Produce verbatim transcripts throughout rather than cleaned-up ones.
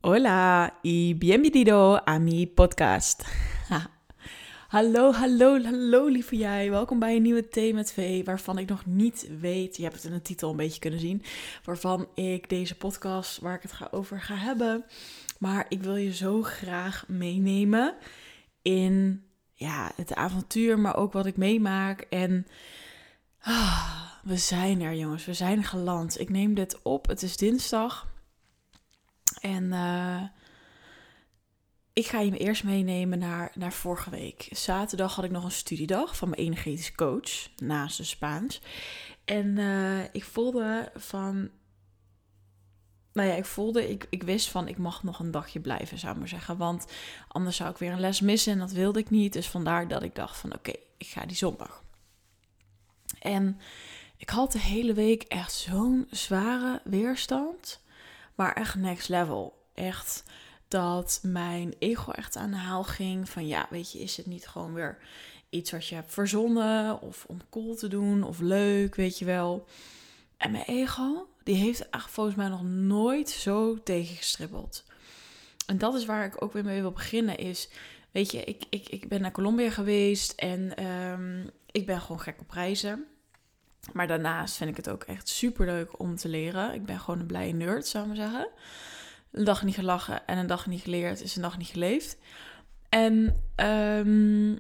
Hola y bienvenido a mi podcast. Hallo, hallo, hallo lieve jij. Welkom bij een nieuwe Thee met Vee, waarvan ik nog niet weet, je hebt het in de titel een beetje kunnen zien, waarvan ik deze podcast, waar ik het ga over ga hebben. Maar ik wil je zo graag meenemen in ja, het avontuur, maar ook wat ik meemaak. En ah, we zijn er jongens, we zijn geland. Ik neem dit op, het is dinsdag. En uh, ik ga je eerst meenemen naar, naar vorige week. Zaterdag had ik nog een studiedag van mijn energetische coach, naast de Spaans. En uh, ik voelde van... Nou ja, ik voelde, ik, ik wist van, ik mag nog een dagje blijven, zou ik maar zeggen. Want anders zou ik weer een les missen en dat wilde ik niet. Dus vandaar dat ik dacht van, oké, okay, ik ga die zondag. En ik had de hele week echt zo'n zware weerstand. Maar echt next level. Echt dat mijn ego echt aan de haal ging. Van ja, weet je, is het niet gewoon weer iets wat je hebt verzonnen? Of om cool te doen? Of leuk, weet je wel. En mijn ego, die heeft echt volgens mij nog nooit zo tegengestribbeld. En dat is waar ik ook weer mee wil beginnen. Is, weet je, ik, ik, ik ben naar Colombia geweest. En um, ik ben gewoon gek op reizen. Maar daarnaast vind ik het ook echt super leuk om te leren. Ik ben gewoon een blije nerd, zou ik maar zeggen. Een dag niet gelachen en een dag niet geleerd is een dag niet geleefd. En um,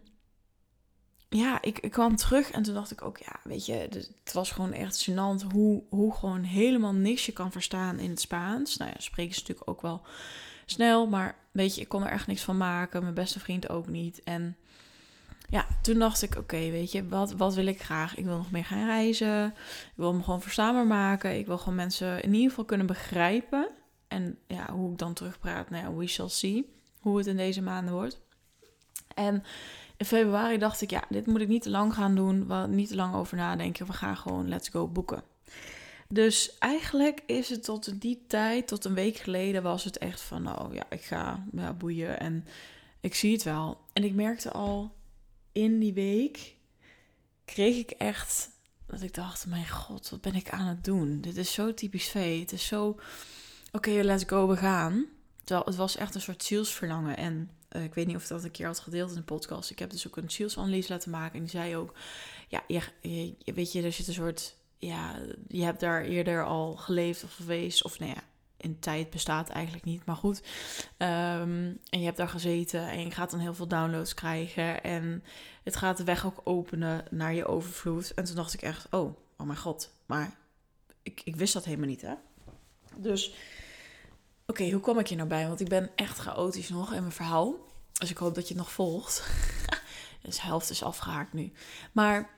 ja, ik, ik kwam terug en toen dacht ik ook, ja, weet je, het was gewoon echt gênant hoe, hoe gewoon helemaal niks je kan verstaan in het Spaans. Nou ja, spreken ze natuurlijk ook wel snel, maar weet je, ik kon er echt niks van maken. Mijn beste vriend ook niet. En ja, toen dacht ik, oké, okay, weet je, wat, wat wil ik graag? Ik wil nog meer gaan reizen. Ik wil me gewoon verstaanbaar maken. Ik wil gewoon mensen in ieder geval kunnen begrijpen. En ja, hoe ik dan terugpraat, nou ja, we shall see. Hoe het in deze maanden wordt. En in februari dacht ik, ja, dit moet ik niet te lang gaan doen. Wel, niet te lang over nadenken. We gaan gewoon let's go boeken. Dus eigenlijk is het tot die tijd, tot een week geleden, was het echt van, nou ja, ik ga ja, boeien en ik zie het wel. En ik merkte al in die week, kreeg ik echt dat ik dacht, mijn god, wat ben ik aan het doen? Dit is zo typisch Vee. Het is zo, oké, okay, let's go, we gaan. Terwijl het was echt een soort zielsverlangen. En uh, ik weet niet of ik dat een keer had gedeeld in de podcast. Ik heb dus ook een zielsanalyse laten maken. En die zei ook, ja, je, je, weet je, er zit een soort, ja, je hebt daar eerder al geleefd of geweest. Of nou ja, in tijd bestaat eigenlijk niet, maar goed. Um, en je hebt daar gezeten en je gaat dan heel veel downloads krijgen. En het gaat de weg ook openen naar je overvloed. En toen dacht ik echt, oh, oh mijn god. Maar ik, ik wist dat helemaal niet, hè. Dus, oké, okay, hoe kom ik hier nou bij? Want ik ben echt chaotisch nog in mijn verhaal. Dus ik hoop dat je het nog volgt. Dus de helft is afgehaakt nu. Maar,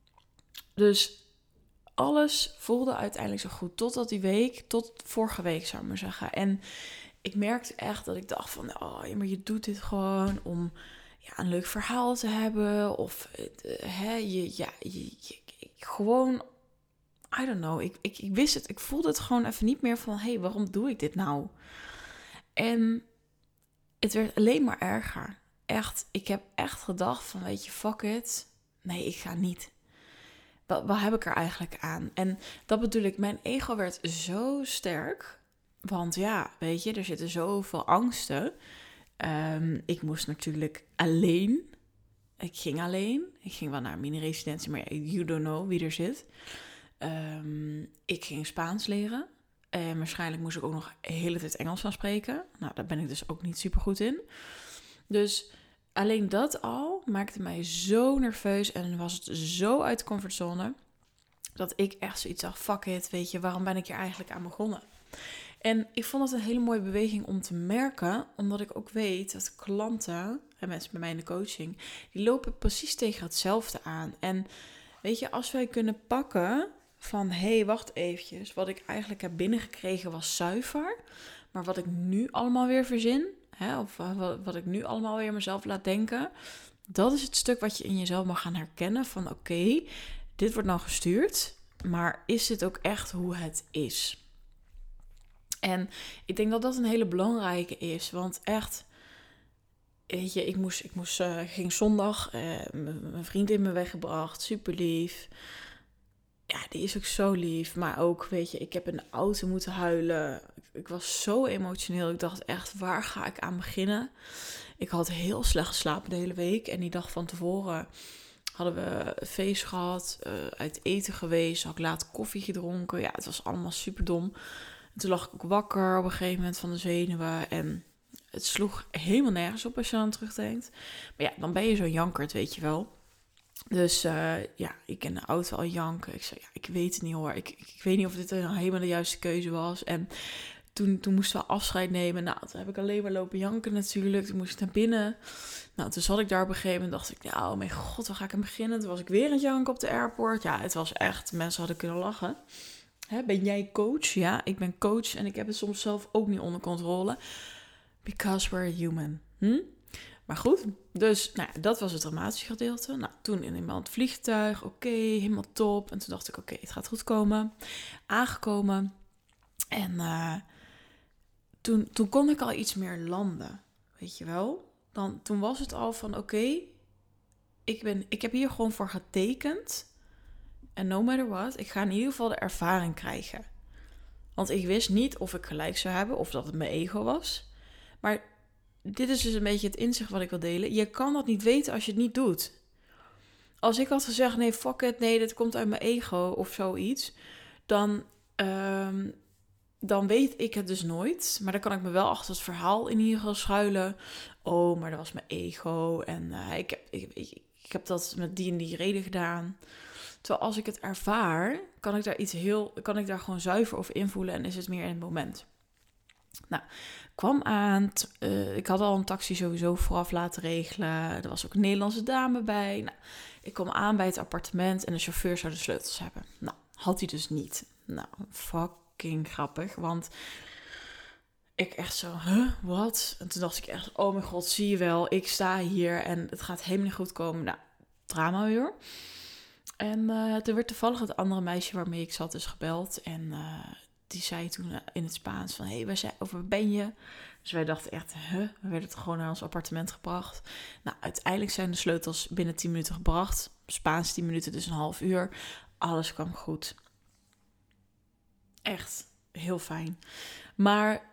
dus alles voelde uiteindelijk zo goed. Totdat die week, tot vorige week zou ik maar zeggen. En ik merkte echt dat ik dacht van, oh, maar je doet dit gewoon om ja, een leuk verhaal te hebben. Of uh, hè, je, ja, je, je, je, gewoon, I don't know. Ik, ik, ik wist het, ik voelde het gewoon even niet meer van, hé, hey, waarom doe ik dit nou? En het werd alleen maar erger. Echt, ik heb echt gedacht van, weet je, fuck it. Nee, ik ga niet. Wat, wat heb ik er eigenlijk aan? En dat bedoel ik, mijn ego werd zo sterk. Want ja, weet je, er zitten zoveel angsten. Um, ik moest natuurlijk alleen. Ik ging alleen. Ik ging wel naar een mini-residentie, maar you don't know wie er zit. Um, ik ging Spaans leren. En waarschijnlijk moest ik ook nog de hele tijd Engels gaan spreken. Nou, daar ben ik dus ook niet super goed in. Dus alleen dat al maakte mij zo nerveus en was het zo uit de comfortzone dat ik echt zoiets dacht, fuck it, weet je, waarom ben ik hier eigenlijk aan begonnen? En ik vond het een hele mooie beweging om te merken, omdat ik ook weet dat klanten en mensen bij mij in de coaching, die lopen precies tegen hetzelfde aan. En weet je, als wij kunnen pakken van, hé, hey, wacht eventjes, wat ik eigenlijk heb binnengekregen was zuiver, maar wat ik nu allemaal weer verzin, hè, of wat ik nu allemaal weer mezelf laat denken, dat is het stuk wat je in jezelf mag gaan herkennen van, oké, okay, dit wordt nou gestuurd, maar is dit ook echt hoe het is? En ik denk dat dat een hele belangrijke is, want echt, weet je, ik moest, ik moest, uh, ging zondag, uh, mijn vriend in me weggebracht, super lief. ja, die is ook zo lief. Maar ook, weet je, ik heb in de auto moeten huilen. Ik, ik was zo emotioneel. Ik dacht echt, waar ga ik aan beginnen? Ik had heel slecht geslapen de hele week. En die dag van tevoren hadden we een feest gehad. Uh, uit eten geweest. Had ik laat koffie gedronken. Ja, het was allemaal super dom. En toen lag ik ook wakker op een gegeven moment van de zenuwen. En het sloeg helemaal nergens op als je dan terugdenkt. Maar ja, dan ben je zo jankerd, weet je wel. Dus uh, ja, ik in de auto al janken. Ik zei, ja, ik weet het niet hoor. Ik, ik, ik weet niet of dit nou helemaal de juiste keuze was. En toen, toen moesten we afscheid nemen. Nou, toen heb ik alleen maar lopen janken natuurlijk. Toen moest ik naar binnen. Nou, toen zat ik daar op een gegeven moment. Dacht ik, ja, oh mijn god, waar ga ik aan beginnen? Toen was ik weer aan het janken op de airport. Ja, het was echt, mensen hadden kunnen lachen. Hè, ben jij coach? Ja, ik ben coach. En ik heb het soms zelf ook niet onder controle. Because we're human. Hm? Maar goed, dus nou ja, dat was het dramatische gedeelte. Nou, toen in het vliegtuig, oké, okay, helemaal top. En toen dacht ik, oké, okay, het gaat goed komen. Aangekomen. En uh, toen, toen kon ik al iets meer landen, weet je wel. Dan, toen was het al van, oké, okay, ik ben, ik heb hier gewoon voor getekend. En no matter what, ik ga in ieder geval de ervaring krijgen. Want ik wist niet of ik gelijk zou hebben of dat het mijn ego was. Maar dit is dus een beetje het inzicht wat ik wil delen. Je kan dat niet weten als je het niet doet. Als ik had gezegd, nee, fuck it, nee, dit komt uit mijn ego of zoiets. Dan, um, dan weet ik het dus nooit. Maar dan kan ik me wel achter het verhaal in ieder geval schuilen. Oh, maar dat was mijn ego. En uh, ik, heb, ik, ik, ik heb dat met die en die reden gedaan. Terwijl als ik het ervaar, kan ik daar iets heel, kan ik daar gewoon zuiver over invoelen. En is het meer in het moment. Nou, kwam aan. T- uh, ik had al een taxi sowieso vooraf laten regelen. Er was ook een Nederlandse dame bij. Nou, ik kwam aan bij het appartement en de chauffeur zou de sleutels hebben. Nou, had hij dus niet. Nou, fucking grappig. Want ik echt zo, huh, wat? En toen dacht ik echt, oh mijn god, zie je wel. Ik sta hier en het gaat helemaal niet goed komen. Nou, drama weer. En uh, er werd toevallig het andere meisje waarmee ik zat dus gebeld. En uh, die zei toen in het Spaans van, hé, hey, waar, zijn, of waar ben je? Dus wij dachten echt, huh? We werden gewoon naar ons appartement gebracht. Nou, uiteindelijk zijn de sleutels binnen tien minuten gebracht. Spaans tien minuten, dus een half uur. Alles kwam goed. Echt heel fijn. Maar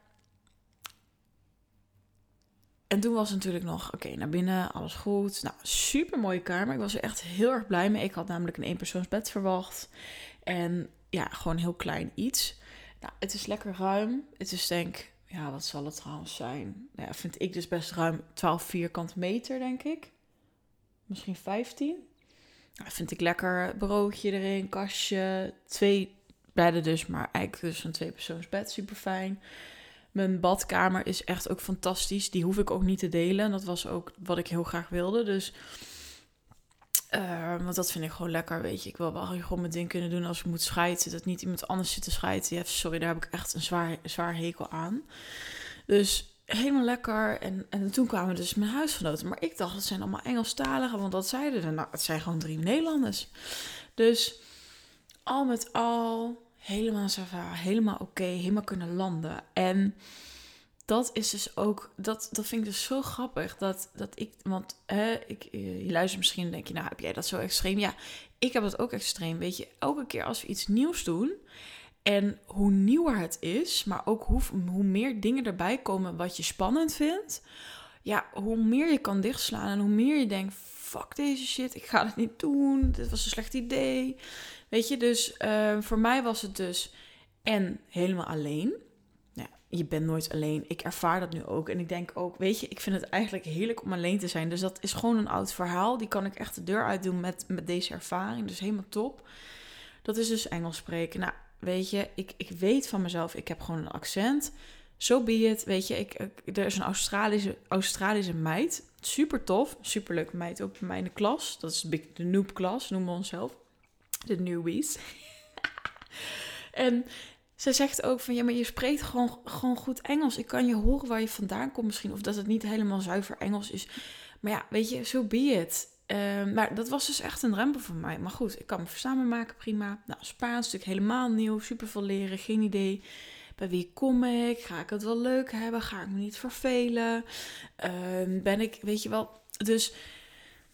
en toen was het natuurlijk nog, oké, okay, naar binnen, alles goed. Nou, super mooie kamer. Ik was er echt heel erg blij mee. Ik had namelijk een eenpersoonsbed verwacht. En ja, gewoon heel klein iets. Nou, het is lekker ruim. Het is denk, ja, wat zal het trouwens zijn? Nou ja, vind ik dus best ruim twaalf vierkante meter, denk ik. Misschien vijftien. Nou, vind ik lekker. Broodje erin, kastje. Twee bedden dus, maar eigenlijk dus een tweepersoonsbed. Super fijn. Mijn badkamer is echt ook fantastisch. Die hoef ik ook niet te delen. En dat was ook wat ik heel graag wilde. Dus, uh, want dat vind ik gewoon lekker, weet je. Ik wil wel gewoon mijn ding kunnen doen als ik moet schijten. Dat niet iemand anders zit te schijten. Ja, sorry, daar heb ik echt een zwaar, zwaar hekel aan. Dus helemaal lekker. En, en toen kwamen dus mijn huisgenoten. Maar ik dacht, het zijn allemaal Engelstaligen. Want dat zeiden er. Nou, het zijn gewoon drie Nederlanders. Dus al met al helemaal sava, helemaal oké, okay, helemaal kunnen landen. En dat is dus ook, dat, dat vind ik dus zo grappig, dat, dat ik, want hè, ik, je luistert misschien en denk je, nou heb jij dat zo extreem? Ja, ik heb dat ook extreem, weet je. Elke keer als we iets nieuws doen, en hoe nieuwer het is, maar ook hoe, hoe meer dingen erbij komen wat je spannend vindt, ja, hoe meer je kan dichtslaan en hoe meer je denkt, fuck deze shit, ik ga het niet doen, dit was een slecht idee. Weet je, dus uh, voor mij was het dus en helemaal alleen. Ja, je bent nooit alleen. Ik ervaar dat nu ook. En ik denk ook, weet je, ik vind het eigenlijk heerlijk om alleen te zijn. Dus dat is gewoon een oud verhaal. Die kan ik echt de deur uit doen met, met deze ervaring. Dus helemaal top. Dat is dus Engels spreken. Nou, weet je, ik, ik weet van mezelf, ik heb gewoon een accent. So be it, weet je. Ik, ik, er is een Australische, Australische meid. Super tof. Super leuke meid ook bij mij in de klas. Dat is de, de noob klas, noemen we onszelf. De newbies. En zij zegt ook van, ja, maar je spreekt gewoon, gewoon goed Engels. Ik kan je horen waar je vandaan komt misschien. Of dat het niet helemaal zuiver Engels is. Maar ja, weet je, so be it. Uh, maar dat was dus echt een drempel voor mij. Maar goed, ik kan me verstaanbaar maken, prima. Nou, Spaans natuurlijk helemaal nieuw. Super veel leren, geen idee. Bij wie kom ik? Ga ik het wel leuk hebben? Ga ik me niet vervelen? Uh, ben ik, weet je wel... Dus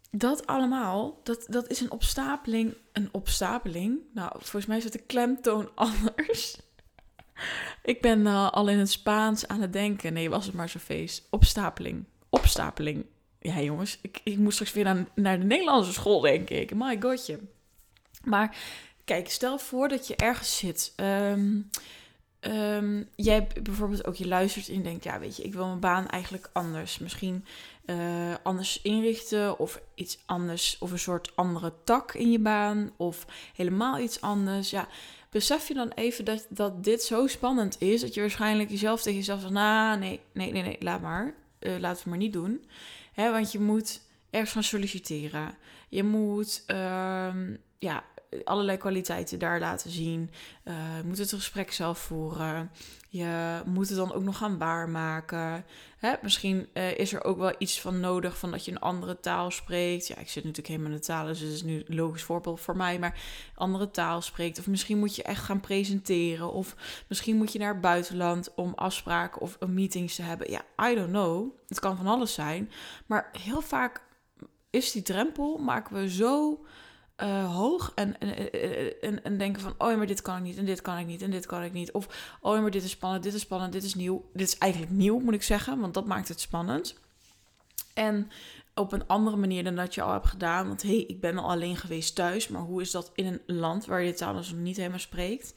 dat allemaal, dat, dat is een opstapeling. Een opstapeling? Nou, volgens mij zit de klemtoon anders. Ik ben uh, al in het Spaans aan het denken. Nee, was het maar zo'n feest. Opstapeling. Opstapeling. Ja, jongens, ik, ik moet straks weer naar, naar de Nederlandse school, denk ik. My godje. Maar kijk, stel voor dat je ergens zit. Um, um, jij bijvoorbeeld ook, je luistert en je denkt, ja, weet je, ik wil mijn baan eigenlijk anders. Misschien uh, anders inrichten of iets anders. Of een soort andere tak in je baan. Of helemaal iets anders. Ja, besef je dan even dat, dat dit zo spannend is, dat je waarschijnlijk jezelf tegen jezelf zegt, nou, nee, nee, nee, nee, laat maar. Uh, laten we maar niet doen. Hè, want je moet ergens gaan solliciteren. Je moet uh, ja, allerlei kwaliteiten daar laten zien. Uh, je moet het gesprek zelf voeren. Je moet het dan ook nog gaan waarmaken. Hè, misschien uh, is er ook wel iets van nodig van dat je een andere taal spreekt. Ja, ik zit natuurlijk helemaal in de talen, dus het is nu een logisch voorbeeld voor mij. Maar andere taal spreekt. Of misschien moet je echt gaan presenteren. Of misschien moet je naar het buitenland om afspraken of meetings te hebben. Ja, I don't know. Het kan van alles zijn. Maar heel vaak is die drempel, maken we zo uh, hoog. En, en, en, en denken van, oh ja, maar dit kan ik niet. En dit kan ik niet. En dit kan ik niet. Of, oh ja, maar dit is spannend. Dit is spannend. Dit is nieuw. Dit is eigenlijk nieuw, moet ik zeggen. Want dat maakt het spannend. En op een andere manier dan dat je al hebt gedaan. Want hé, hey, ik ben al alleen geweest thuis. Maar hoe is dat in een land waar je de taal dus nog niet helemaal spreekt?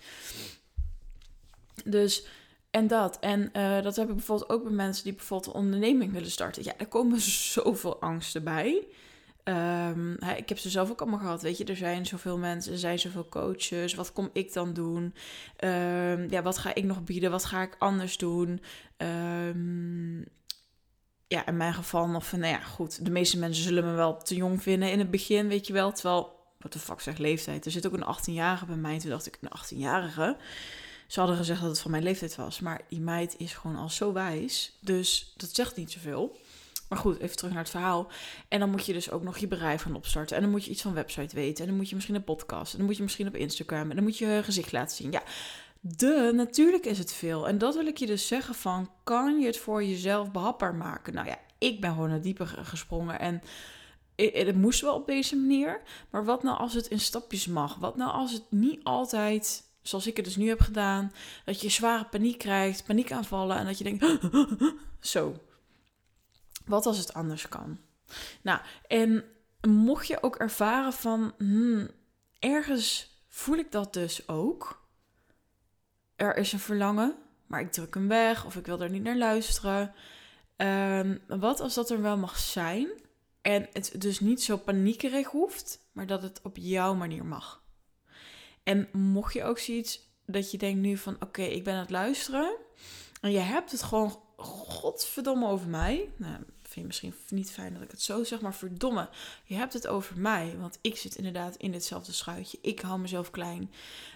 Dus, en dat. En uh, dat heb ik bijvoorbeeld ook bij mensen die bijvoorbeeld een onderneming willen starten. Ja, er komen zoveel angsten bij. Um, he, ik heb ze zelf ook allemaal gehad, weet je. Er zijn zoveel mensen, er zijn zoveel coaches. Wat kom ik dan doen? Um, ja, wat ga ik nog bieden? Wat ga ik anders doen? Um, ja, in mijn geval nog van, nou ja, goed. De meeste mensen zullen me wel te jong vinden in het begin, weet je wel. Terwijl, wat de fuck zegt leeftijd? Er zit ook een achttienjarige bij mij. Toen dacht ik, een achttienjarige. Ze hadden gezegd dat het van mijn leeftijd was. Maar die meid is gewoon al zo wijs. Dus dat zegt niet zoveel. Maar goed, even terug naar het verhaal. En dan moet je dus ook nog je bedrijf gaan opstarten. En dan moet je iets van website weten. En dan moet je misschien een podcast. En dan moet je misschien op Instagram. En dan moet je je gezicht laten zien. Ja, de, natuurlijk is het veel. En dat wil ik je dus zeggen van, kan je het voor jezelf behapbaar maken? Nou ja, ik ben gewoon naar dieper gesprongen. En het moest wel op deze manier. Maar wat nou als het in stapjes mag? Wat nou als het niet altijd, zoals ik het dus nu heb gedaan, dat je zware paniek krijgt, paniekaanvallen. En dat je denkt, zo. Wat als het anders kan? Nou, en mocht je ook ervaren van, hmm, ergens voel ik dat dus ook. Er is een verlangen, maar ik druk hem weg of ik wil er niet naar luisteren. Um, wat als dat er wel mag zijn en het dus niet zo paniekerig hoeft, maar dat het op jouw manier mag. En mocht je ook zoiets dat je denkt nu van, oké, okay, ik ben aan het luisteren en je hebt het gewoon godverdomme over mij. Nou, vind je misschien niet fijn dat ik het zo zeg, maar verdomme, je hebt het over mij. Want ik zit inderdaad in ditzelfde schuitje. Ik hou mezelf klein.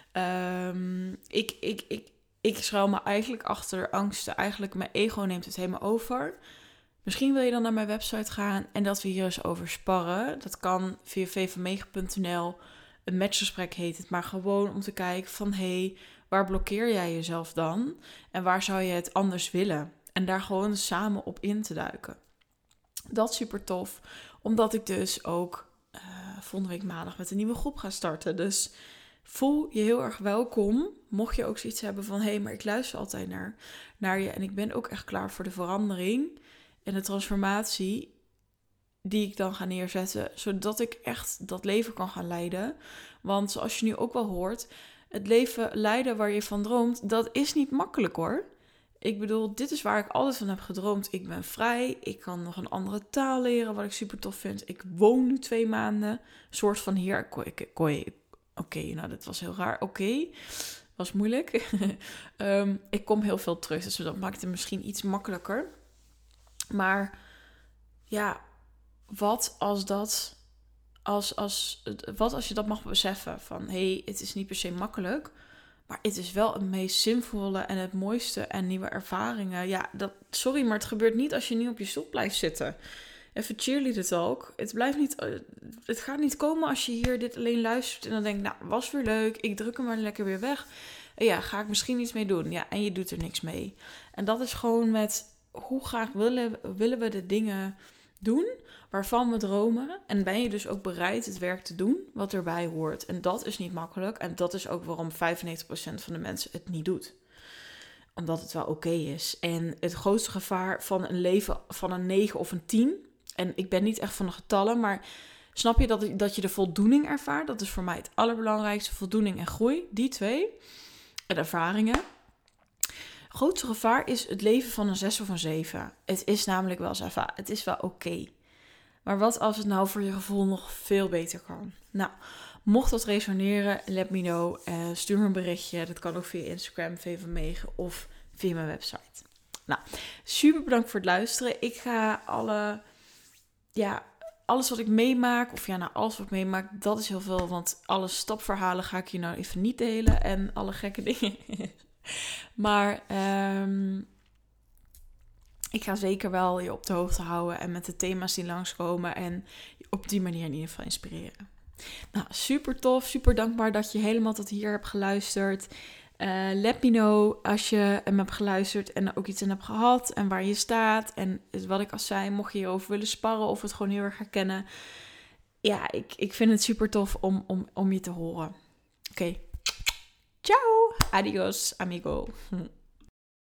Um, ik, ik, ik, ik schuil me eigenlijk achter angsten. Eigenlijk mijn ego neemt het helemaal over. Misschien wil je dan naar mijn website gaan en dat we hier eens over sparren. Dat kan via v v mega punt n l. Een matchgesprek heet het. Maar gewoon om te kijken van, hé, hey, waar blokkeer jij jezelf dan? En waar zou je het anders willen? En daar gewoon samen op in te duiken. Dat is super tof. Omdat ik dus ook uh, volgende week maandag met een nieuwe groep ga starten. Dus voel je heel erg welkom. Mocht je ook zoiets hebben van, hé, hey, maar ik luister altijd naar, naar je. En ik ben ook echt klaar voor de verandering en de transformatie die ik dan ga neerzetten. Zodat ik echt dat leven kan gaan leiden. Want zoals je nu ook wel hoort, het leven leiden waar je van droomt, dat is niet makkelijk hoor. Ik bedoel, dit is waar ik altijd van heb gedroomd. Ik ben vrij, ik kan nog een andere taal leren, wat ik super tof vind. Ik woon nu twee maanden, soort van hier. Oké, okay, nou dat was heel raar. Oké, okay. Was moeilijk. um, ik kom heel veel terug, dus dat maakt het misschien iets makkelijker. Maar ja, wat als dat, als, als, wat als je dat mag beseffen van, hé, hey, het is niet per se makkelijk, maar het is wel het meest zinvolle en het mooiste en nieuwe ervaringen. Ja, dat, sorry, maar het gebeurt niet als je niet op je stoel blijft zitten. Even cheerleaden het ook. Het blijft niet, het gaat niet komen als je hier dit alleen luistert en dan denkt, nou, was weer leuk, ik druk hem maar lekker weer weg. En ja, ga ik misschien iets mee doen. Ja, en je doet er niks mee. En dat is gewoon met, hoe graag willen, willen we de dingen doen waarvan we dromen. En ben je dus ook bereid het werk te doen wat erbij hoort. En dat is niet makkelijk. En dat is ook waarom vijfennegentig procent van de mensen het niet doet. Omdat het wel oké is. En het grootste gevaar van een leven van een negen of een tien... En ik ben niet echt van de getallen, maar snap je dat, dat je de voldoening ervaart? Dat is voor mij het allerbelangrijkste, voldoening en groei. Die twee. En ervaringen. Het grootste gevaar is het leven van een zes of een zeven. Het is namelijk wel zo, het is wel oké. Okay. Maar wat als het nou voor je gevoel nog veel beter kan? Nou, mocht dat resoneren, let me know. Uh, stuur me een berichtje. Dat kan ook via Instagram, V van Megen of via mijn website. Nou, super bedankt voor het luisteren. Ik ga alle... Ja, alles wat ik meemaak, of ja, nou, alles wat ik meemaak, dat is heel veel. Want alle stapverhalen ga ik je nou even niet delen. En alle gekke dingen. Maar um, ik ga zeker wel je op de hoogte houden. En met de thema's die langskomen. En je op die manier in ieder geval inspireren. Nou, super tof. Super dankbaar dat je helemaal tot hier hebt geluisterd. Uh, let me know als je hem hebt geluisterd en er ook iets aan hebt gehad en waar je staat. En wat ik al zei, mocht je hierover willen sparren of het gewoon heel erg herkennen. Ja, ik, ik vind het super tof om, om, om je te horen. Oké, okay. Ciao, adios amigo.